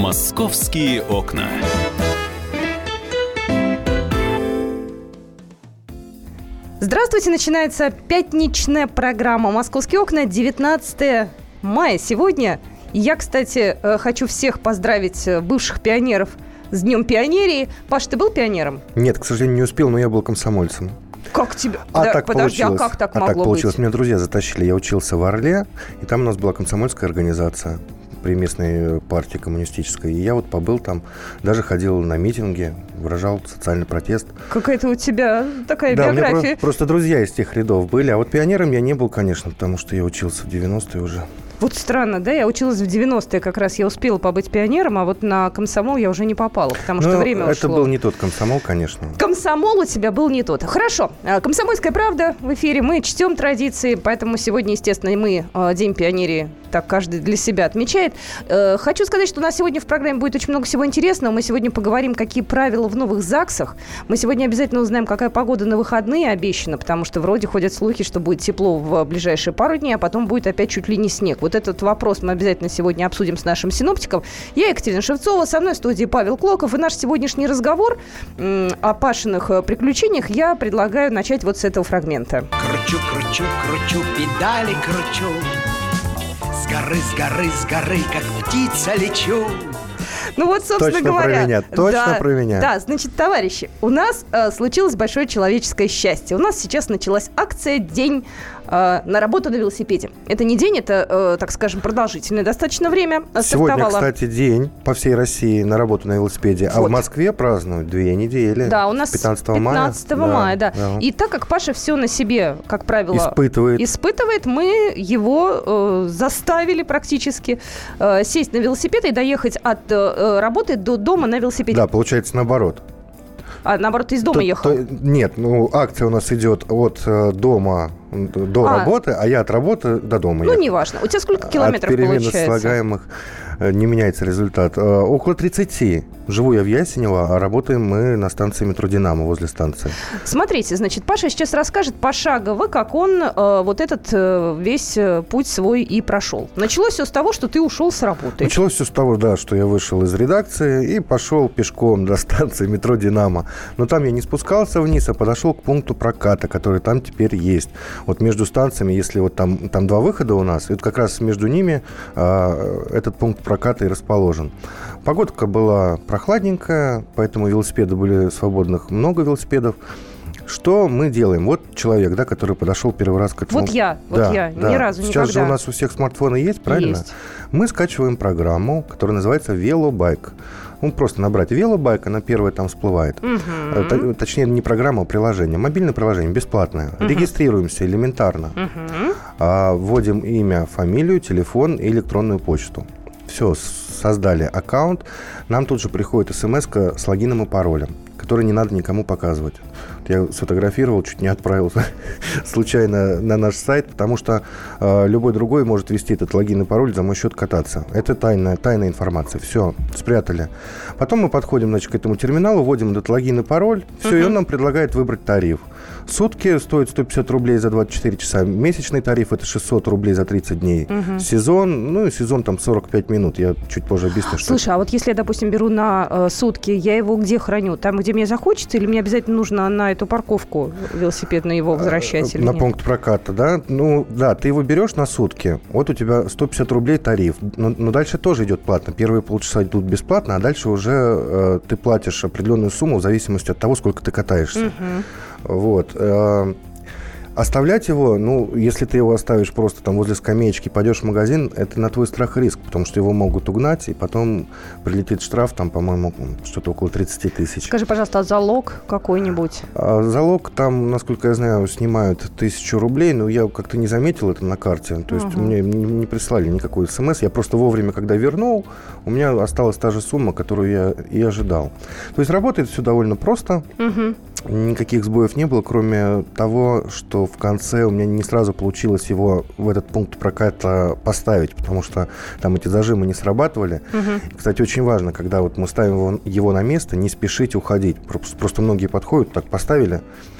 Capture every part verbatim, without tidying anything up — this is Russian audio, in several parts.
«Московские окна». Здравствуйте, начинается пятничная программа «Московские окна», девятнадцатое мая сегодня. Я, кстати, хочу всех поздравить бывших пионеров с Днем пионерии. Паш, ты был пионером? Нет, к сожалению, не успел, но я был комсомольцем. Как тебе? А да, так подожди, получилось. а как так а могло так получилось. быть? Меня друзья затащили. Я учился в Орле, и там у нас была комсомольская организация при местной партии коммунистической. И я вот побыл там, даже ходил на митинги, выражал социальный протест. Какая-то у тебя такая да, биография. Да, у меня просто, просто друзья из тех рядов были. А вот пионером я не был, конечно, потому что я учился в девяностые уже. Вот странно, да? Я училась в девяностые, как раз я успела побыть пионером, а вот на комсомол я уже не попала, потому что Но время это ушло. был не тот комсомол, конечно. Комсомол у тебя был не тот. Хорошо. «Комсомольская правда» в эфире. Мы чтем традиции, поэтому сегодня, естественно, мы День пионерии так каждый для себя отмечает. Хочу сказать, что у нас сегодня в программе будет очень много всего интересного. Мы сегодня поговорим, какие правила в новых ЗАГСах. Мы сегодня обязательно узнаем, какая погода на выходные обещана, потому что вроде ходят слухи, что будет тепло в ближайшие пару дней, а потом будет опять чуть ли не снег. Вот этот вопрос мы обязательно сегодня обсудим с нашим синоптиком. Я Екатерина Шевцова, со мной в студии Павел Клоков. И наш сегодняшний разговор м, о Пашиных приключениях я предлагаю начать вот с этого фрагмента. Кручу, кручу, кручу, педали кручу. С горы, с горы, с горы, как птица лечу. Ну вот, собственно точно говоря. Про меня, точно да, про меня. Да, значит, товарищи, у нас э, случилось большое человеческое счастье. У нас сейчас началась акция «День э, на работу на велосипеде». Это не день, это, э, так скажем, продолжительное достаточно время. Сегодня, стартовало. кстати, день по всей России на работу на велосипеде. Вот. А в Москве празднуют две недели. Да, у нас пятнадцатого мая. пятнадцатого мая, да, да. И так как Паша все на себе, как правило, испытывает, испытывает мы его э, заставили практически э, сесть на велосипед и доехать от э, работы до дома на велосипеде. Да, получается наоборот. А наоборот, ты из дома то, ехал? То, нет, ну акция у нас идет от э, дома до а. работы, а я от работы до дома Ну, ехал. неважно. У тебя сколько километров от получается? От перемены слагаемых не меняется результат. Около тридцати. Живу я в Ясенево, а работаем мы на станции метро «Динамо» возле станции. Смотрите, значит, Паша сейчас расскажет пошагово, как он э, вот этот э, весь путь свой и прошел. Началось все с того, что ты ушел с работы. Началось все с того, да, что я вышел из редакции и пошел пешком до станции метро «Динамо». Но там я не спускался вниз, а подошел к пункту проката, который там теперь есть. Вот между станциями, если вот там, там два выхода у нас, и вот как раз между ними э, этот пункт проката и расположен. Погодка была прохладненькая, поэтому велосипеды были свободных, много велосипедов. Что мы делаем? Вот человек, да, который подошел первый раз к этому. Вот я, да, вот я, да. ни разу Сейчас никогда. Сейчас же у нас у всех смартфоны есть, правильно? Есть. Мы скачиваем программу, которая называется «Велобайк». Ну, просто набрать «Велобайк», она первая там всплывает. Угу. Точнее, не программа, а приложение. Мобильное приложение, бесплатное. Угу. Регистрируемся элементарно. Угу. А, вводим имя, фамилию, телефон и электронную почту. Все, создали аккаунт. Нам тут же приходит смс-ка с логином и паролем, который не надо никому показывать. Я сфотографировал, чуть не отправил случайно на наш сайт, потому что э, любой другой может ввести этот логин и пароль, за мой счет кататься. Это тайная, тайная информация. Все, спрятали. Потом мы подходим, значит, к этому терминалу, вводим этот логин и пароль. Все, uh-huh. и он нам предлагает выбрать тариф. Сутки стоит сто пятьдесят рублей за двадцать четыре часа. Месячный тариф – это шестьсот рублей за тридцать дней. Uh-huh. Сезон, ну и сезон там сорок пять минут. Я чуть позже объясню, что... Слушай, а вот если я, допустим, беру на э, сутки, я его где храню? Там, где мне захочется, или мне обязательно нужно на эту парковку велосипедную его возвращать? Или на нет? пункт проката, да? Ну, да, ты его берешь на сутки, вот у тебя сто пятьдесят рублей тариф. Но, но дальше тоже идет платно. Первые полчаса идут бесплатно, а дальше уже э, ты платишь определенную сумму в зависимости от того, сколько ты катаешься. Угу. Вот. Э, Оставлять его, ну, если ты его оставишь просто там возле скамеечки, пойдешь в магазин, это на твой страх и риск, потому что его могут угнать, и потом прилетит штраф, там, по-моему, что-то около тридцать тысяч. Скажи, пожалуйста, а залог какой-нибудь? А залог там, насколько я знаю, снимают тысячу рублей, но я как-то не заметил это на карте, то есть uh-huh. мне не, не прислали никакой смс, я просто вовремя, когда вернул, у меня осталась та же сумма, которую я и ожидал. То есть работает все довольно просто. Uh-huh. Никаких сбоев не было, кроме того, что в конце у меня не сразу получилось его в этот пункт проката поставить, потому что там эти зажимы не срабатывали. Угу. Кстати, очень важно, когда вот мы ставим его, его на место, не спешить уходить. Просто многие подходят, так поставили,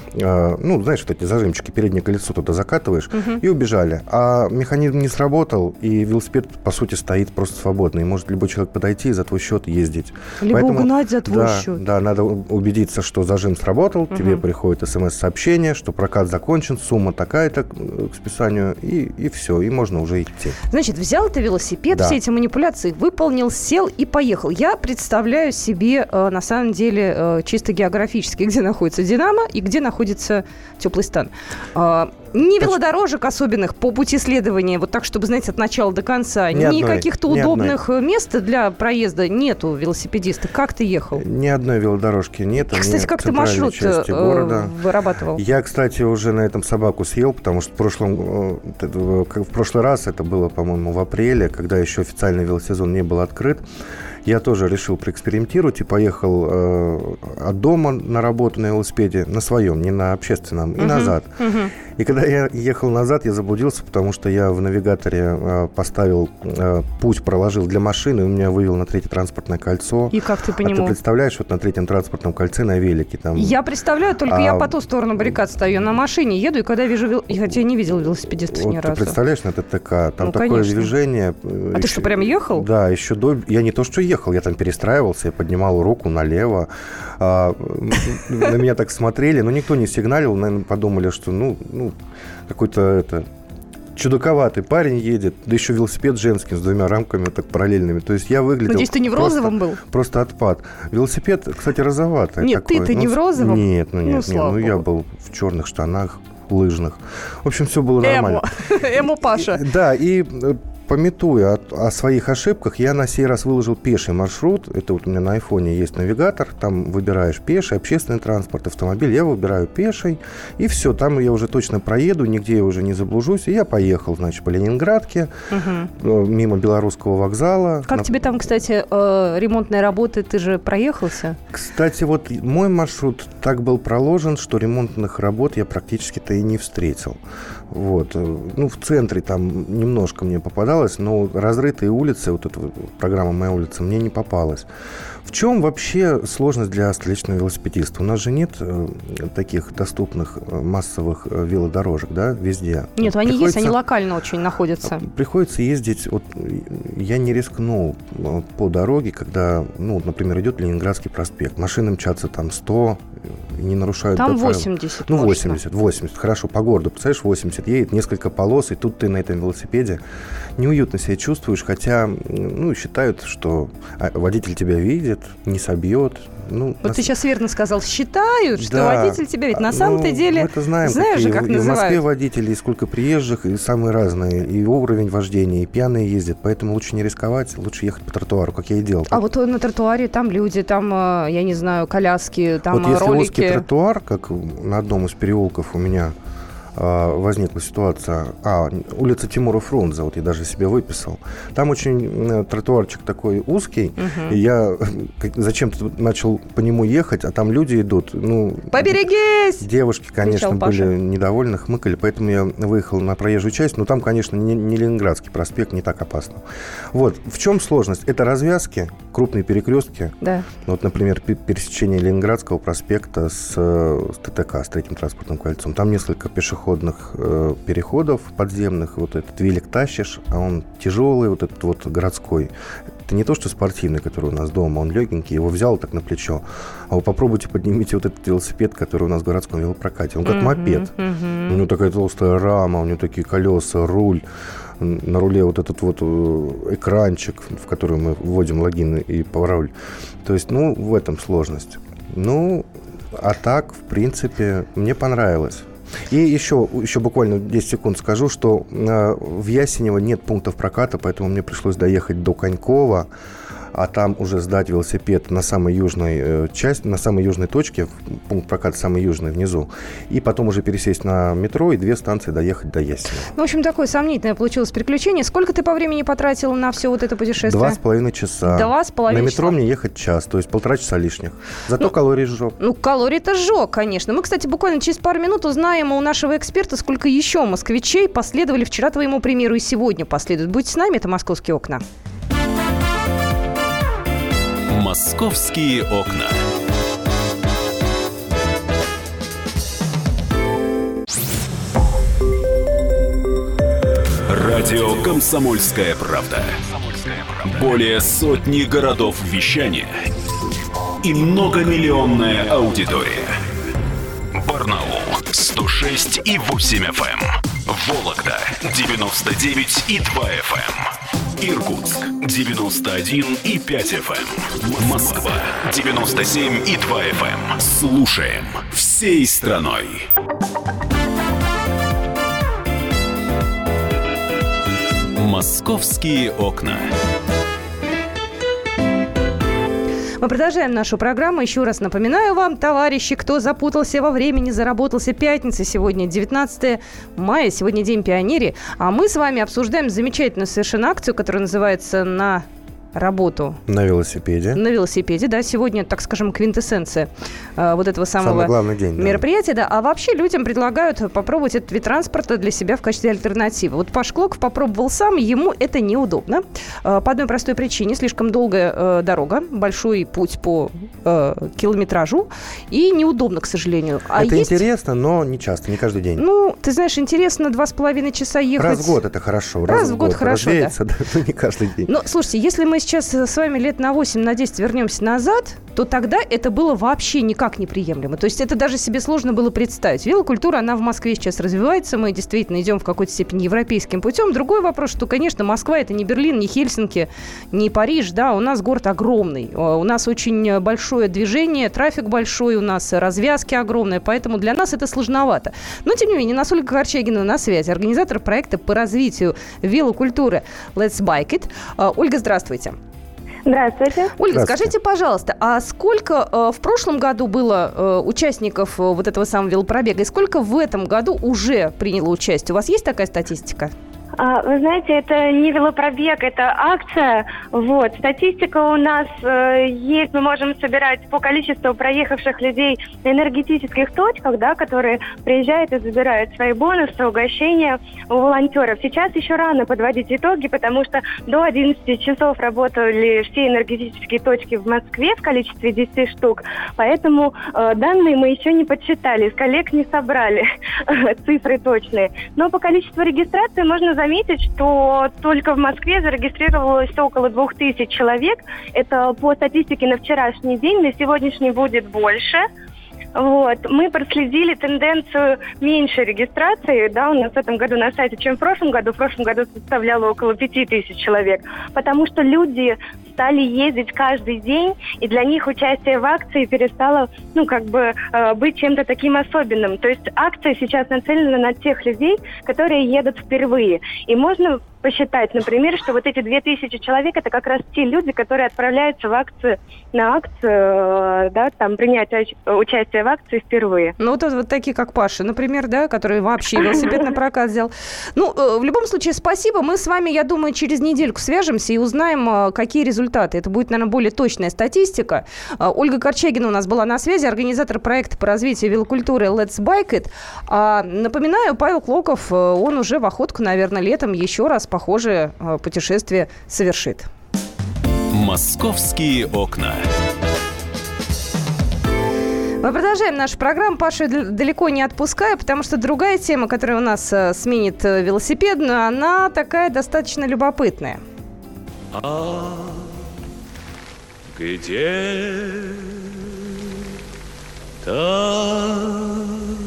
э, ну, знаешь, вот эти зажимчики, переднее колесо туда закатываешь, угу. и убежали. А механизм не сработал, и велосипед, по сути, стоит просто свободно. И может любой человек подойти и за твой счет ездить. Либо Поэтому, угнать за твой да, счет. Да, надо убедиться, что зажим сработал, угу. тебе приходит смс-сообщение, что прокат закончен, сумма такая-то к списанию, и, и все, и можно уже идти. Значит, взял ты велосипед, да. все эти манипуляции выполнил, сел и поехал. Я представляю себе, э, на самом деле, э, чисто географически, где находится «Динамо» и где находится «Теплый стан». Э, ни велодорожек особенных по пути следования, вот так, чтобы, знаете, от начала до конца, ни, ни каких-то ни удобных одной. мест для проезда нету велосипедиста. Как ты ехал? Ни одной велодорожки нет. И, кстати, как ты маршрут э, вырабатывал? Я, кстати, уже на этом собаку съел, потому что в прошлом, в прошлый раз, это было, по-моему, в апреле, когда еще официальный велосезон не был открыт, я тоже решил проэкспериментировать и поехал э, от дома на работу на велосипеде, на своем, не на общественном, и uh-huh. назад. Uh-huh. И когда я ехал назад, я заблудился, потому что я в навигаторе э, поставил, э, путь проложил для машины, и он меня вывел на третье транспортное кольцо. И как ты по нему? А ты представляешь, вот на третьем транспортном кольце на велике там... Я представляю, только а... я по ту сторону баррикад стою, на машине еду, и когда вижу... Вел... Хотя я не видел велосипедистов вот ни ты разу. Ты представляешь, на ТТК, там ну, такое конечно. движение... А еще... ты что, прям ехал? Да, еще до... Я не то, что ехал, я там перестраивался, я поднимал руку налево. А, на меня так смотрели, но никто не сигналил, наверное, подумали, что, ну, ну какой-то это... чудаковатый парень едет, да еще велосипед женский с двумя рамками так параллельными. То есть я выглядел... Надеюсь, ты не в розовом был? Просто отпад. Велосипед, кстати, розоватый. Нет, такой. ты-то ну, не в розовом? Нет, ну нет, ну, нет. Ну, Богу. Я был в черных штанах, лыжных. В общем, все было нормально. Эмо. Эмо Паша. И, да, и... Пометуя о, о своих ошибках, я на сей раз выложил пеший маршрут. Это вот у меня на айфоне есть навигатор. Там выбираешь пеший, общественный транспорт, автомобиль. Я выбираю пеший. И все, там я уже точно проеду, нигде я уже не заблужусь. И я поехал, значит, по Ленинградке, угу. мимо Белорусского вокзала. Как на... тебе там, кстати, э, ремонтные работы? Ты же проехался? Кстати, вот мой маршрут так был проложен, что ремонтных работ я практически-то и не встретил. Вот. Ну, в центре там немножко мне попадалось, но разрытые улицы, вот эта программа «Моя улица» мне не попалась. В чем вообще сложность для столичного велосипедиста? У нас же нет э, таких доступных массовых э, велодорожек, да, везде. Нет, они есть, они локально очень находятся. Приходится ездить, вот я не рискнул по дороге, когда, ну, например, идет Ленинградский проспект, машины мчатся там сто, не нарушают... Там восемьдесят. Ну, восемьдесят, восемьдесят, хорошо, по городу, представляешь, восемьдесят едет, несколько полос, и тут ты на этом велосипеде неуютно себя чувствуешь, хотя, ну, считают, что водитель тебя видит, не собьет. Ну, вот на... ты сейчас верно сказал, считают, что да. водитель тебя видит. На самом-то ну, деле, мы это знаем, знаешь же, как и называют. И в Москве водителей, и сколько приезжих, и самые разные, и уровень вождения, и пьяные ездят, поэтому лучше не рисковать, лучше ехать по тротуару, как я и делал. А вот на тротуаре там люди, там, я не знаю, коляски, там вот если ролики. узкий тротуар, как на одном из переулков у меня возникла ситуация, а, улица Тимура Фрунзе, вот я даже себе выписал. Там очень тротуарчик такой узкий, угу. и я зачем-то начал по нему ехать, а там люди идут, ну... Поберегись! Девушки, конечно, были недовольны, хмыкали, поэтому я выехал на проезжую часть, но там, конечно, не, не Ленинградский проспект, не так опасно. Вот, в чем сложность? Это развязки, крупные перекрестки. Да. Вот, например, пересечение Ленинградского проспекта с, с ТТК, с Третьим транспортным кольцом. Там несколько пешеходных э, переходов подземных. Вот этот велик тащишь, а он тяжелый, вот этот вот городской. Это не то, что спортивный, который у нас дома, он легенький, его взял так на плечо. А вы попробуйте поднимите вот этот велосипед, который у нас в городском велопрокате. Он как mm-hmm, мопед. Mm-hmm. У него такая толстая рама, у него такие колеса, руль. На руле вот этот вот экранчик, в который мы вводим логин и пароль. То есть, ну, в этом сложность. Ну, а так, в принципе, мне понравилось. И еще, еще буквально десять секунд скажу, что э, в Ясенево нет пунктов проката, поэтому мне пришлось доехать до Конькова, а там уже сдать велосипед на самой южной э, части, на самой южной точке, пункт проката самый южный внизу, и потом уже пересесть на метро и две станции доехать до Ясенева. Ну, в общем, такое сомнительное получилось приключение. Сколько ты по времени потратил на все вот это путешествие? Два с половиной часа. Два с половиной На метро часа. Мне ехать час, то есть полтора часа лишних. Зато ну, калорий сжег. Ну, калорий-то сжег, конечно. Мы, кстати, буквально через пару минут узнаем у нашего эксперта, сколько еще москвичей последовали вчера твоему примеру и сегодня последуют. Будьте с нами, это «Московские окна». «Московские окна». Радио «Комсомольская правда». Более сотни городов вещания и многомиллионная аудитория. Барнаул сто шесть и восемь эф эм, Вологда девяносто девять и два эф эм, Иркутск девяносто один и пять эф эм, Москва девяносто семь и два эф эм. Слушаем всей страной. «Московские окна». Мы продолжаем нашу программу. Еще раз напоминаю вам, товарищи, кто запутался во времени, заработался, пятница сегодня, девятнадцатое мая, сегодня День пионерии. А мы с вами обсуждаем замечательную совершенно акцию, которая называется «На работу». На велосипеде. На велосипеде, да. Сегодня, так скажем, квинтэссенция э, вот этого самого Самый главный день, да. мероприятия. Да. А вообще людям предлагают попробовать этот вид транспорта для себя в качестве альтернативы. Вот Паш Клоков попробовал сам, ему это неудобно. Э, по одной простой причине. Слишком долгая э, дорога, большой путь по э, километражу. И неудобно, к сожалению. А это есть... интересно, но не часто, не каждый день. Ну, ты знаешь, интересно два с половиной часа ехать. Раз в год это хорошо. Раз, Раз в год, год хорошо, развеяться, да. Да, не каждый день. Но, слушайте, если мы сейчас с вами лет на восемь, на десять вернемся назад, то тогда это было вообще никак неприемлемо. То есть это даже себе сложно было представить. Велокультура, она в Москве сейчас развивается. Мы действительно идем в какой-то степени европейским путем. Другой вопрос, что, конечно, Москва – это не Берлин, не Хельсинки, не Париж. Да, у нас город огромный. У нас очень большое движение, трафик большой, у нас развязки огромные. Поэтому для нас это сложновато. Но, тем не менее, у нас Ольга Корчагина на связи, организатор проекта по развитию велокультуры Let's Bike It. Ольга, здравствуйте. Здравствуйте. Ольга, скажите, пожалуйста, а сколько э, в прошлом году было э, участников э, вот этого самого велопробега, и сколько в этом году уже приняло участие? У вас есть такая статистика? А, вы знаете, это не велопробег, это акция. Вот. Статистика у нас э, есть, мы можем собирать по количеству проехавших людей на энергетических точках, да, которые приезжают и забирают свои бонусы, угощения у волонтеров. Сейчас еще рано подводить итоги, потому что до одиннадцати часов работали все энергетические точки в Москве в количестве десяти штук, поэтому э, данные мы еще не подсчитали, с коллег не собрали цифры точные. Но по количеству регистрации можно заметить, что только в Москве зарегистрировалось около двух тысяч человек. Это по статистике на вчерашний день, на сегодняшний будет больше. Вот. Мы проследили тенденцию меньшей регистрации, да, у нас в этом году на сайте, чем в прошлом году. В прошлом году составляло около пяти тысяч человек, потому что люди стали ездить каждый день, и для них участие в акции перестало, ну, как бы, э, быть чем-то таким особенным. То есть акция сейчас нацелена на тех людей, которые едут впервые. И можно посчитать, например, что вот эти две тысячи человек – это как раз те люди, которые отправляются в акцию, на акцию, да, там, принять участие в акции впервые. Ну, вот, вот такие, как Паша, например, да, который вообще велосипед на прокат взял. Ну, в любом случае, спасибо. Мы с вами, я думаю, через недельку свяжемся и узнаем, какие результаты. Это будет, наверное, более точная статистика. Ольга Корчагина у нас была на связи, организатор проекта по развитию велокультуры Let's Bike It. А, напоминаю, Павел Клоков, он уже в охотку, наверное, летом еще раз похожее путешествие совершит. «Московские окна». Мы продолжаем нашу программу. Пашу далеко не отпускаю, потому что другая тема, которая у нас сменит велосипедную, она такая достаточно любопытная. А где там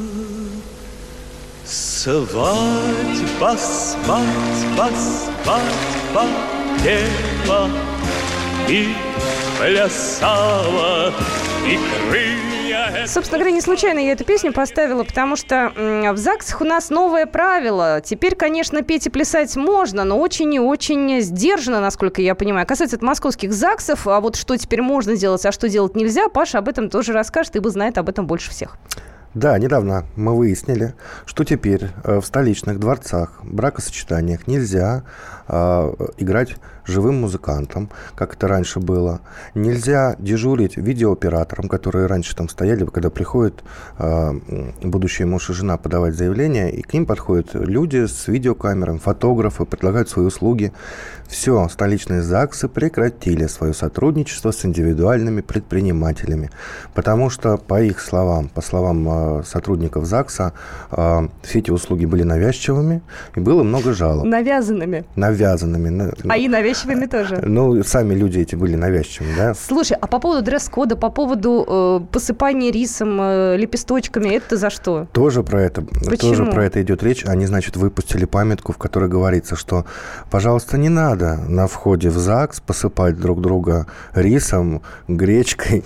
свадьба, свадьба, свадьба пела и плясала, и крылья... Собственно говоря, не случайно я эту песню поставила, потому что м- в ЗАГСах у нас новое правило. Теперь, конечно, петь и плясать можно, но очень и очень сдержанно, насколько я понимаю. Касается это московских ЗАГСов, а вот что теперь можно делать, а что делать нельзя, Паша об этом тоже расскажет, ибо знает об этом больше всех. Да, недавно мы выяснили, что теперь в столичных дворцах, бракосочетаниях нельзя э, играть живым музыкантом, как это раньше было. Нельзя дежурить видеооператором, которые раньше там стояли, когда приходят э, будущие муж и жена подавать заявление, и к ним подходят люди с видеокамерами, фотографы, предлагают свои услуги. Все, столичные ЗАГСы прекратили свое сотрудничество с индивидуальными предпринимателями, потому что, по их словам, по словам э, сотрудников ЗАГСа э, все эти услуги были навязчивыми, и было много жалоб. Навязанными. Навязанными. А и навязчивыми тоже. Ну, сами люди эти были навязчивыми, да. Слушай, а по поводу дресс-кода, по поводу э, посыпания рисом, э, лепесточками, это за что? Тоже про это, Почему? тоже про это идет речь. Они, значит, выпустили памятку, в которой говорится, что, пожалуйста, не надо на входе в ЗАГС посыпать друг друга рисом, гречкой,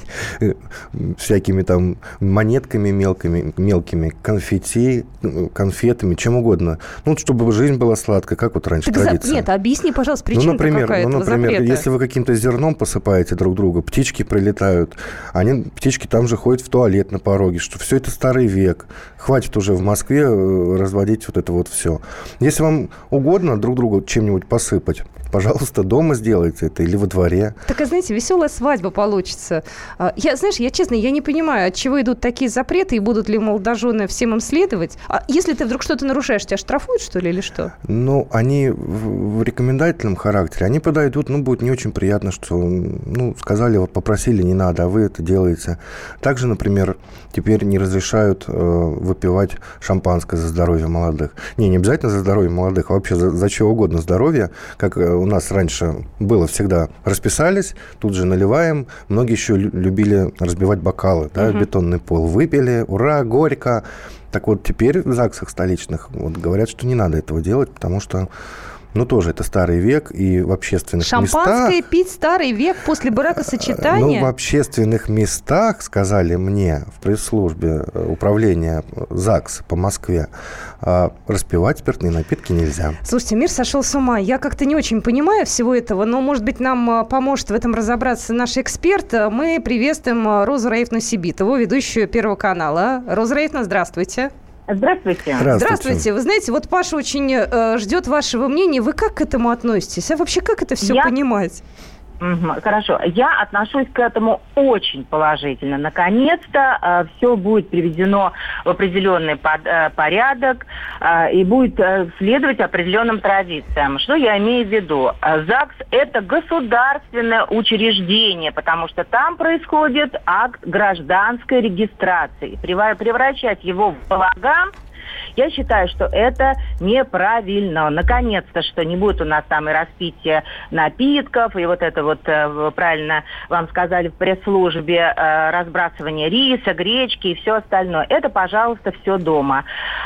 всякими там монетками мелкими, мелкими, конфетти, конфетами, чем угодно. Ну, чтобы жизнь была сладкая, как вот раньше Так традиция. За... Нет, объясни, пожалуйста, причина ну, например, какая ну, этого например, запрета? если вы каким-то зерном посыпаете друг друга, птички прилетают, они, птички там же ходят в туалет на пороге, что все это старый век. Хватит уже в Москве разводить вот это вот все. Если вам угодно друг другу чем-нибудь посыпать, пожалуйста, дома сделайте это или во дворе. Так, а знаете, веселая свадьба получится. Я, знаешь, я честно, я не понимаю, от чего идут такие запреты и будут ли молодожены всем им следовать. А если ты вдруг что-то нарушаешь, тебя штрафуют, что ли, или что? Ну, они в, в рекомендательном характере, они подойдут, ну, будет не очень приятно, что, ну, сказали, попросили, не надо, а вы это делаете. Также, например, теперь не разрешают э, выпивать шампанское за здоровье молодых. Не, не обязательно за здоровье молодых, а вообще за, за чего угодно здоровье, как у нас раньше было всегда. Расписались, тут же наливаем. Многие еще любили разбивать бокалы, да, uh-huh. бетонный пол. Выпили, ура, горько. Так вот, теперь в ЗАГСах столичных вот, говорят, что не надо этого делать, потому что, ну, тоже это старый век, и в общественных Шампанское местах... Шампанское пить старый век после бракосочетания? Ну, в общественных местах, сказали мне в пресс-службе управления ЗАГСа по Москве, распивать спиртные напитки нельзя. Слушайте, мир сошел с ума. Я как-то не очень понимаю всего этого, но, может быть, нам поможет в этом разобраться наш эксперт. Мы приветствуем Розу Раифовну Сибитову, ведущую Первого канала. Роза Раифовна, здравствуйте. Здравствуйте. Здравствуйте. Здравствуйте. Вы знаете, вот Паша очень э, ждет вашего мнения. Вы как к этому относитесь? А вообще, как это все Я... понимать? Угу, хорошо. Я отношусь к этому очень положительно. Наконец-то э, все будет приведено в определенный под, э, порядок э, и будет э, следовать определенным традициям. Что я имею в виду? ЗАГС – это государственное учреждение, потому что там происходит акт гражданской регистрации. Превращать его в балаган, я считаю, что это неправильно. Наконец-то, что не будет у нас там и распития напитков, и вот это вот, правильно вам сказали в пресс-службе, разбрасывание риса, гречки и все остальное. Это, пожалуйста, все дома.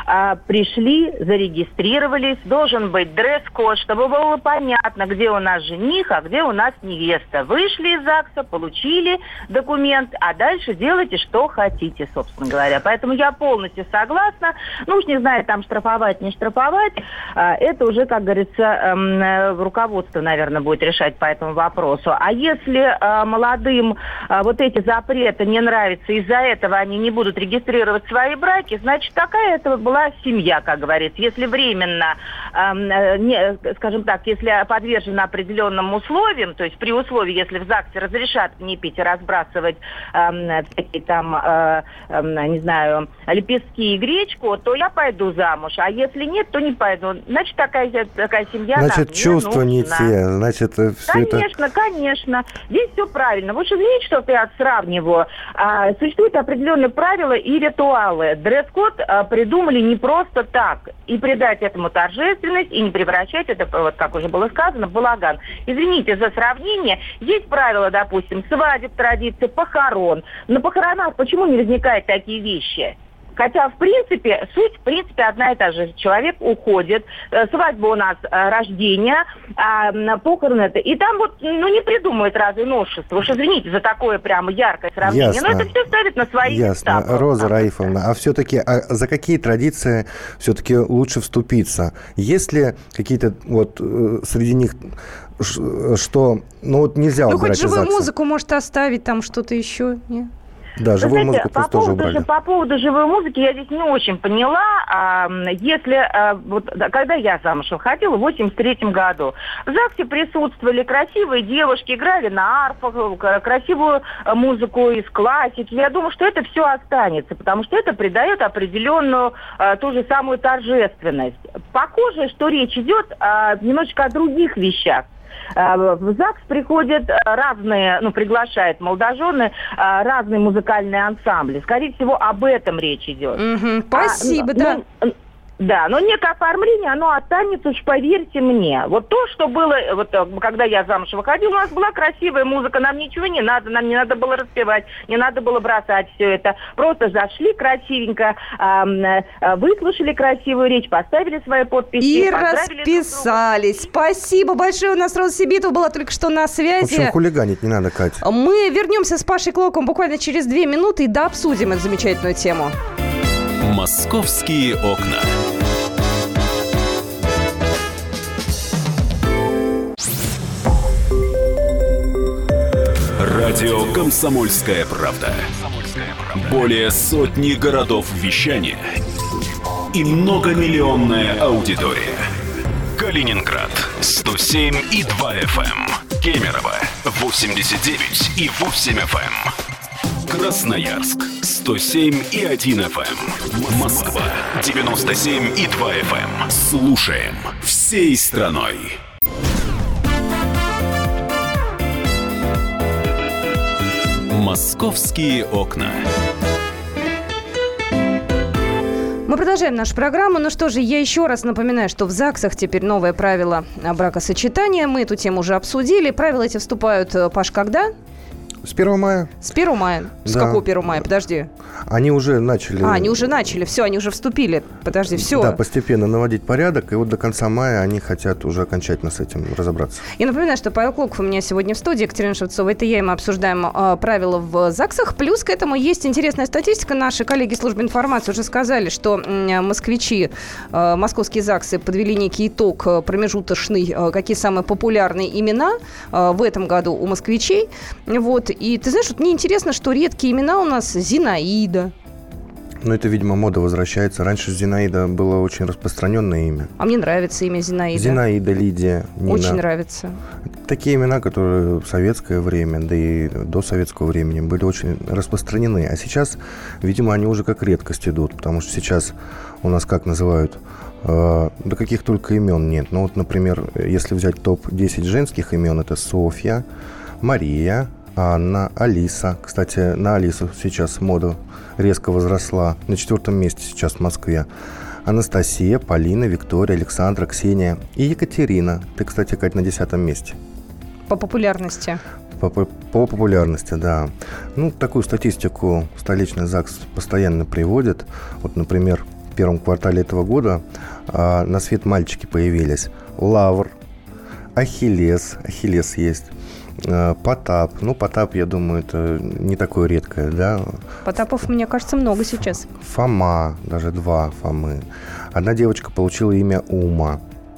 Пришли, зарегистрировались, должен быть дресс-код, чтобы было понятно, где у нас жених, а где у нас невеста. Вышли из ЗАГСа, получили документ, а дальше делайте, что хотите, собственно говоря. Поэтому я полностью согласна. Ну, уж не знаю, там штрафовать, не штрафовать, это уже, как говорится, руководство, наверное, будет решать по этому вопросу. А если молодым вот эти запреты не нравятся, из-за этого они не будут регистрировать свои браки, значит, такая это была семья, как говорится. Если временно, скажем так, если подвержена определенным условиям, то есть при условии, если в ЗАГСе разрешат мне пить и разбрасывать всякие там, не знаю, лепестки и гречку, то я пойду замуж, а если нет, то не пойду. Значит, такая, такая семья нам не нужна. Значит, чувства не те, значит, все Конечно, это... конечно. Здесь все правильно. Вы же видите, что я сравниваю. А, существуют определенные правила и ритуалы. Дресс-код а, придумали не просто так. И придать этому торжественность, и не превращать это, вот как уже было сказано, в балаган. Извините за сравнение. Есть правила, допустим, свадеб, традиции, похорон. На похоронах почему не возникают такие вещи? Хотя, в принципе, суть, в принципе, одна и та же. Человек уходит, свадьба у нас, рождение, а похороны это. И там вот, ну, не придумают разве новшество. Уж извините за такое прямо яркое сравнение. Ясно. Но это все ставит на свои Ясно. места. Роза Раифовна, а все-таки а за какие традиции все-таки лучше вступиться? Есть ли какие-то вот среди них, что, ну, вот нельзя ну, убирать из ЗАГСа? Ну, хоть живую музыку может оставить, там что-то еще, нет? Да, живую знаете, музыку по просто тоже поводу, убрали. По поводу живой музыки я здесь не очень поняла. А, если, а, вот, когда я замуж выходила, в восемьдесят третьем году, в ЗАГСе присутствовали красивые девушки, играли на арфах, красивую музыку из классики. Я думаю, что это все останется, потому что это придает определенную а, ту же самую торжественность. Похоже, что речь идет а, немножечко о других вещах. В ЗАГС приходят разные, ну, приглашают молодожены, разные музыкальные ансамбли. Скорее всего, об этом речь идет. Угу, спасибо, а, да. Ну, Да, но некое оформление, оно останется, уж поверьте мне. Вот то, что было, вот когда я замуж выходила, у нас была красивая музыка, нам ничего не надо, нам не надо было распевать, не надо было бросать все это. Просто зашли красивенько, э, выслушали красивую речь, поставили свои подписи. И расписались. Спасибо большое. У нас Роза Сибитова была только что на связи. В общем, хулиганить не надо, Катя. Мы вернемся с Пашей Клоком буквально через две минуты и дообсудим эту замечательную тему. «Московские окна». Радио «Комсомольская правда». Более сотни городов вещания и многомиллионная аудитория. Калининград сто семь и два эф эм, Кемерово восемьдесят девять и восемь эф эм, Красноярск сто семь и один эф эм, Москва девяносто семь и два эф эм. Слушаем всей страной. «Московские окна». Мы продолжаем нашу программу. Ну что же, я еще раз напоминаю, что в ЗАГСах теперь новое правило бракосочетания. Мы эту тему уже обсудили. Правила эти вступают, Паш, когда? С первого мая. С первого мая? С да. какого первого мая? Подожди. Они уже начали... А, они уже начали. Все, они уже вступили. Подожди, все. Да, постепенно наводить порядок. И вот до конца мая они хотят уже окончательно с этим разобраться. Я напоминаю, что Павел Клоков у меня сегодня в студии, Екатерина Шевцова. Это я, и мы обсуждаем э, правила в ЗАГСах. Плюс к этому есть интересная статистика. Наши коллеги службы информации уже сказали, что э, москвичи, э, московские ЗАГСы подвели некий итог э, промежуточный, э, какие самые популярные имена э, в этом году у москвичей. Вот. И ты знаешь, вот мне интересно, что редкие имена у нас Зинаида. Ну, это, видимо, мода возвращается. Раньше Зинаида было очень распространенное имя. А мне нравится имя Зинаида. Зинаида, Лидия, Нина. Очень нравится. Такие имена, которые в советское время, да и до советского времени были очень распространены. А сейчас, видимо, они уже как редкость идут. Потому что сейчас у нас как называют... Э, да каких только имен нет. Ну, вот, например, если взять топ десять женских имен, это Софья, Мария, Анна, Алиса. Кстати, на Алису сейчас мода резко возросла. На четвертом месте сейчас в Москве. Анастасия, Полина, Виктория, Александра, Ксения и Екатерина. Ты, кстати, Кать, на десятом месте. По популярности. По, по, по популярности, да. Ну, такую статистику столичный ЗАГС постоянно приводит. Вот, например, в первом квартале этого года а, на свет мальчики появились. Лавр, Ахиллес, Ахиллес есть. Потап. Ну, Потап, я думаю, это не такое редкое, да? Потапов, мне кажется, много сейчас. Фома, даже два Фомы. Одна девочка получила имя Ума.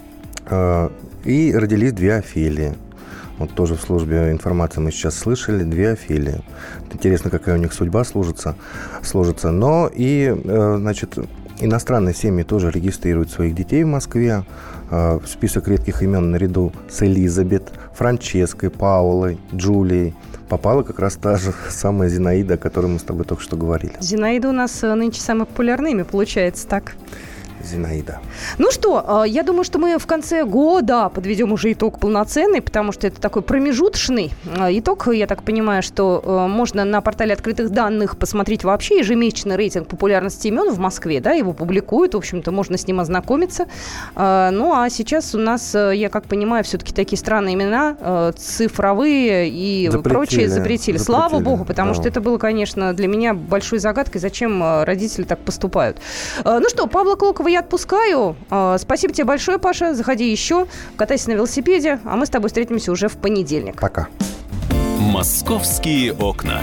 И родились две Офелии. Вот тоже в службе информации мы сейчас слышали, две Офелии. Интересно, какая у них судьба сложится. сложится. Но и, значит, иностранные семьи тоже регистрируют своих детей в Москве. В список редких имен наряду с Элизабет, Франческой, Паулой, Джулией попала как раз та же самая Зинаида, о которой мы с тобой только что говорили. Зинаида у нас нынче самое популярное имя, получается так. Зинаида. Ну что, я думаю, что мы в конце года подведем уже итог полноценный, потому что это такой промежуточный итог. Я так понимаю, что можно на портале открытых данных посмотреть вообще ежемесячный рейтинг популярности имен в Москве. Да, его публикуют, в общем-то, можно с ним ознакомиться. Ну, а сейчас у нас, я как понимаю, все-таки такие странные имена, цифровые и запретили, прочие запретили. запретили. Слава богу, потому да. что это было, конечно, для меня большой загадкой, зачем родители так поступают. Ну что, Павла Клокова я отпускаю. Спасибо тебе большое, Паша. Заходи еще, катайся на велосипеде, а мы с тобой встретимся уже в понедельник. Пока. «Московские окна».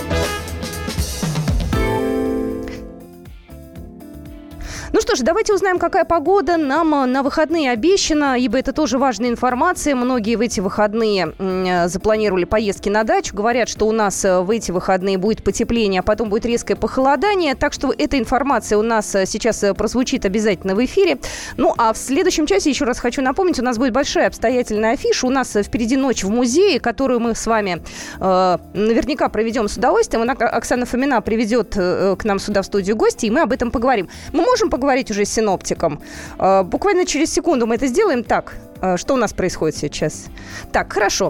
Ну что ж, давайте узнаем, какая погода нам на выходные обещана, ибо это тоже важная информация. Многие в эти выходные запланировали поездки на дачу. Говорят, что у нас в эти выходные будет потепление, а потом будет резкое похолодание. Так что эта информация у нас сейчас прозвучит обязательно в эфире. Ну, а в следующем часе, еще раз хочу напомнить, у нас будет большая обстоятельная афиша. У нас впереди ночь в музее, которую мы с вами э, наверняка проведем с удовольствием. Оксана Фомина приведет э, к нам сюда в студию гостей, и мы об этом поговорим. Мы можем поговорить уже с синоптиком. Буквально через секунду мы это сделаем. Так, Что у нас происходит сейчас? Так, хорошо.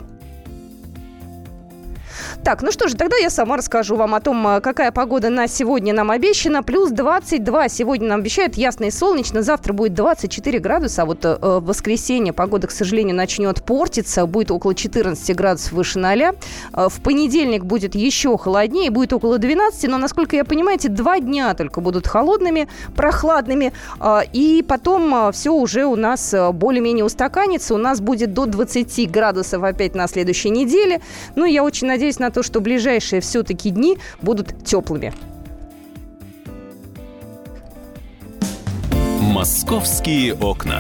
Так, ну что же, тогда я сама расскажу вам о том, какая погода на сегодня нам обещана. Плюс двадцать два сегодня нам обещают, ясно и солнечно. Завтра будет двадцать четыре градуса, а вот э, в воскресенье погода, к сожалению, начнет портиться. Будет около четырнадцати градусов выше ноля. Э, в понедельник будет еще холоднее, будет около двенадцати. Но, насколько я понимаю, эти два дня только будут холодными, прохладными. Э, и потом э, все уже у нас э, более-менее устаканится. У нас будет до двадцати градусов опять на следующей неделе. Ну, я очень надеюсь на то, что ближайшие все-таки дни будут теплыми. Московские окна.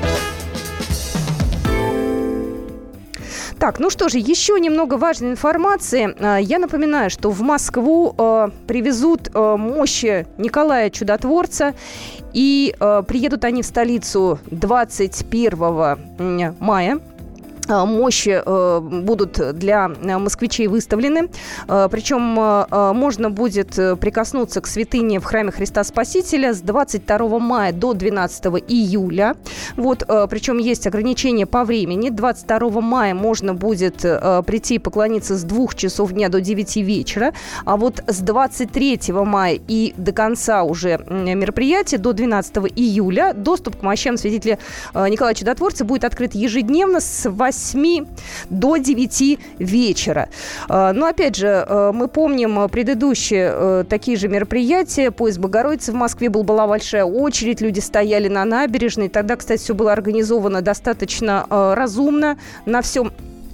Так, ну что же, еще немного важной информации. Я напоминаю, что в Москву э, привезут э, мощи Николая Чудотворца. И э, приедут они в столицу двадцать первого мая. Мощи э, будут для москвичей выставлены. Э, причем э, можно будет прикоснуться к святыне в храме Христа Спасителя с двадцать второго мая до двенадцатого июля. Вот, э, причем есть ограничения по времени. двадцать второго мая можно будет э, прийти и поклониться с двух часов дня до девяти вечера. А вот с двадцать третьего мая и до конца уже мероприятия, до двенадцатого июля, доступ к мощам святителя э, Николая Чудотворца будет открыт ежедневно с восьми до девяти вечера. Но, опять же, мы помним предыдущие такие же мероприятия. Поезд Богородицы в Москве был, была большая очередь, люди стояли на набережной. Тогда, кстати, все было организовано достаточно разумно. На всем...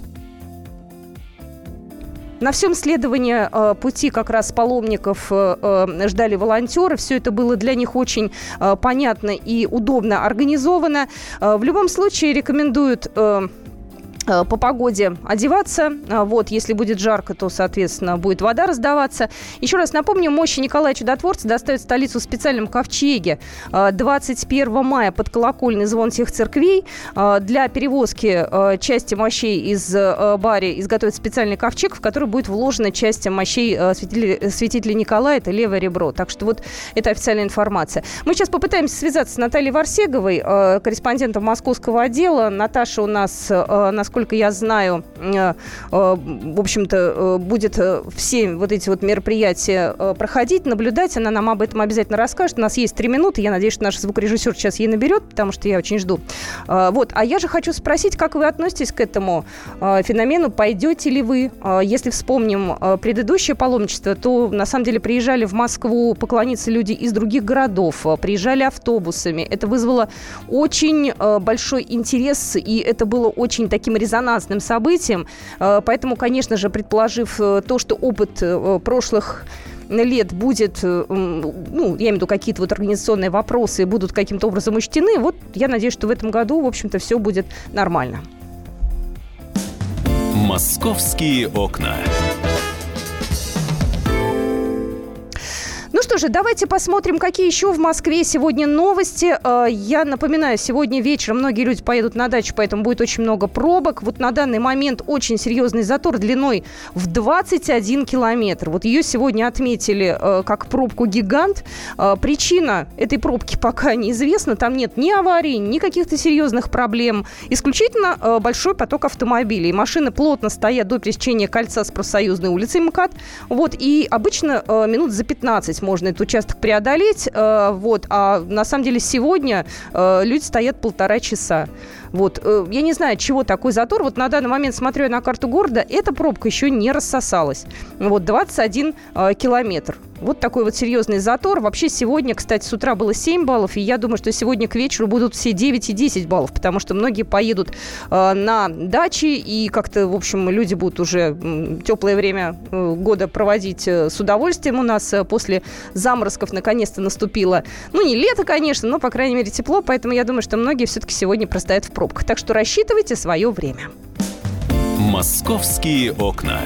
На всем следовании э, пути как раз паломников э, э, ждали волонтеры. Все это было для них очень э, понятно и удобно организовано. Э, в любом случае рекомендуют... Э, по погоде одеваться. Вот, если будет жарко, то, соответственно, будет вода раздаваться. Еще раз напомню, мощи Николая Чудотворца доставят в столицу в специальном ковчеге двадцать первого мая под колокольный звон всех церквей. Для перевозки части мощей из Бари изготовят специальный ковчег, в который будет вложена часть мощей святителя, святителя Николая. Это левое ребро. Так что вот это официальная информация. Мы сейчас попытаемся связаться с Натальей Варсеговой, корреспондентом московского отдела. Наташа у нас, насколько Насколько я знаю, в общем-то, будет все вот эти вот мероприятия проходить, наблюдать. Она нам об этом обязательно расскажет. У нас есть три минуты. Я надеюсь, что наш звукорежиссер сейчас ей наберет, потому что я очень жду. Вот. А я же хочу спросить, как вы относитесь к этому феномену? Пойдете ли вы? Если вспомним предыдущее паломничество, то, на самом деле, приезжали в Москву поклониться люди из других городов, приезжали автобусами. Это вызвало очень большой интерес, и это было очень таким резонансным событием. Поэтому, конечно же, предположив то, что опыт прошлых лет будет, ну, я имею в виду, какие-то вот организационные вопросы будут каким-то образом учтены, вот я надеюсь, что в этом году, в общем-то, все будет нормально. Московские окна. Ну что же, давайте посмотрим, какие еще в Москве сегодня новости. Я напоминаю, сегодня вечером многие люди поедут на дачу, поэтому будет очень много пробок. Вот на данный момент очень серьезный затор длиной в двадцать один километр. Вот ее сегодня отметили как пробку-гигант. Причина этой пробки пока неизвестна. Там нет ни аварий, ни каких-то серьезных проблем. Исключительно большой поток автомобилей. Машины плотно стоят до пересечения кольца с Профсоюзной улицей МКАД. Вот, и обычно минут за пятнадцать можно этот участок преодолеть, э, вот, а на самом деле сегодня э, люди стоят полтора часа. Вот, э, я не знаю, чего такой затор. Вот на данный момент, смотрю я на карту города, эта пробка еще не рассосалась. Вот, двадцать один э, километр. Вот такой вот серьезный затор. Вообще сегодня, кстати, с утра было семь баллов, и я думаю, что сегодня к вечеру будут все девять и десять баллов, потому что многие поедут э, на дачи, и как-то, в общем, люди будут уже э, теплое время э, года проводить э, с удовольствием. У нас э, после заморозков наконец-то наступило, ну, не лето, конечно, но, по крайней мере, тепло, поэтому я думаю, что многие все-таки сегодня простоят в пробках. Так что рассчитывайте свое время. Московские окна.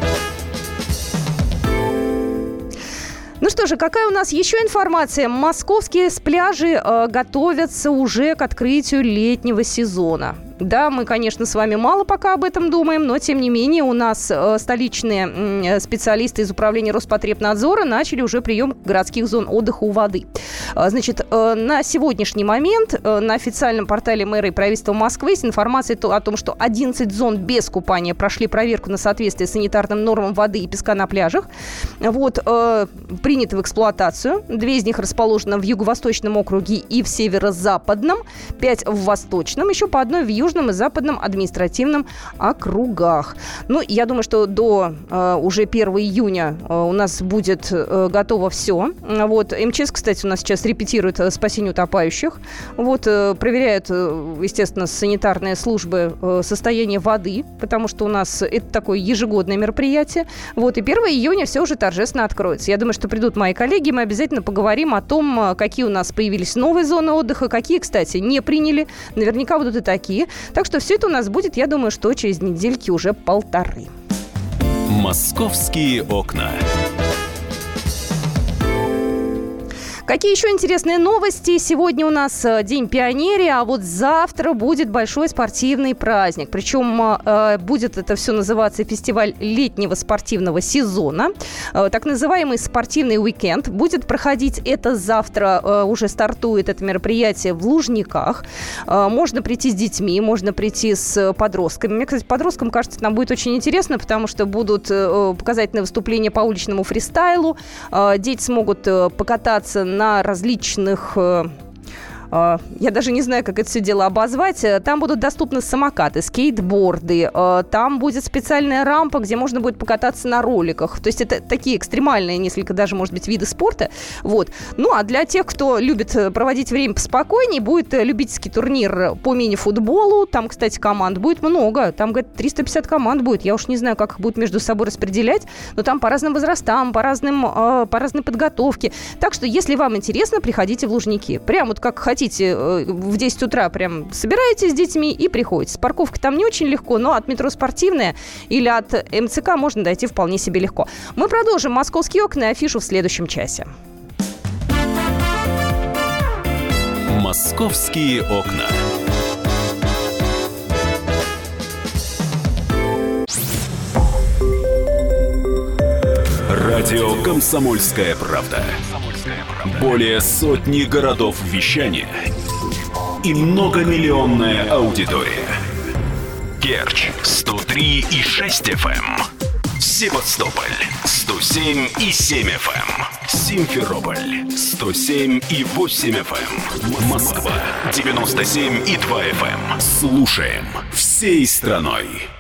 Ну что же, какая у нас еще информация? Московские пляжи э, готовятся уже к открытию летнего сезона. Да, мы, конечно, с вами мало пока об этом думаем, но, тем не менее, у нас э, столичные э, специалисты из управления Роспотребнадзора начали уже прием городских зон отдыха у воды. Э, значит, э, на сегодняшний момент э, на официальном портале мэра и правительства Москвы есть информация то, о том, что одиннадцать зон без купания прошли проверку на соответствие санитарным нормам воды и песка на пляжах. Вот, э, приняты в эксплуатацию. Две из них расположены в юго-восточном округе и в северо-западном, пять в восточном, еще по одной в южном и западном административном округах. Ну, я думаю, что до э, уже первого июня э, у нас будет э, готово все. Вот, МЧС, кстати, у нас сейчас репетирует э, спасение утопающих. Вот, э, проверяют, э, естественно, санитарные службы э, состояние воды, потому что у нас это такое ежегодное мероприятие. Вот, и первого июня все уже торжественно откроется. Я думаю, что придут мои коллеги, мы обязательно поговорим о том, какие у нас появились новые зоны отдыха, какие, кстати, не приняли. Наверняка будут и такие. Так что все это у нас будет, я думаю, что через недельки уже полторы. «Московские окна». Какие еще интересные новости? Сегодня у нас День пионерии, а вот завтра будет большой спортивный праздник. Причем э, будет это все называться фестиваль летнего спортивного сезона. Э, так называемый спортивный уикенд. Будет проходить это завтра, э, уже стартует это мероприятие в Лужниках. Э, можно прийти с детьми, можно прийти с подростками. Мне, кстати, подросткам, кажется, нам будет очень интересно, потому что будут э, показательные выступления по уличному фристайлу. Э, дети смогут э, покататься на на различных... Я даже не знаю, как это все дело обозвать. Там будут доступны самокаты, скейтборды. Там будет специальная рампа, где можно будет покататься на роликах. То есть это такие экстремальные несколько даже, может быть, виды спорта. Вот. Ну, а для тех, кто любит проводить время поспокойнее, будет любительский турнир по мини-футболу. Там, кстати, команд будет много. Там, говорят, триста пятьдесят команд будет. Я уж не знаю, как их будут между собой распределять. Но там по разным возрастам, по, разным, по разной подготовке. Так что, если вам интересно, приходите в Лужники. Прям вот как хотите. В десять утра прям собираетесь с детьми и приходите. С парковкой там не очень легко, но от метро «Спортивная» или от МЦК можно дойти вполне себе легко. Мы продолжим «Московские окна» и афишу в следующем часе. «Московские окна». Радио «Комсомольская правда». Более сотни городов вещания и многомиллионная аудитория. Керчь сто три и шесть эф эм, Севастополь сто семь и семь эф эм, Симферополь сто семь и восемь эф эм, Москва девяносто семь и два эф эм. Слушаем всей страной.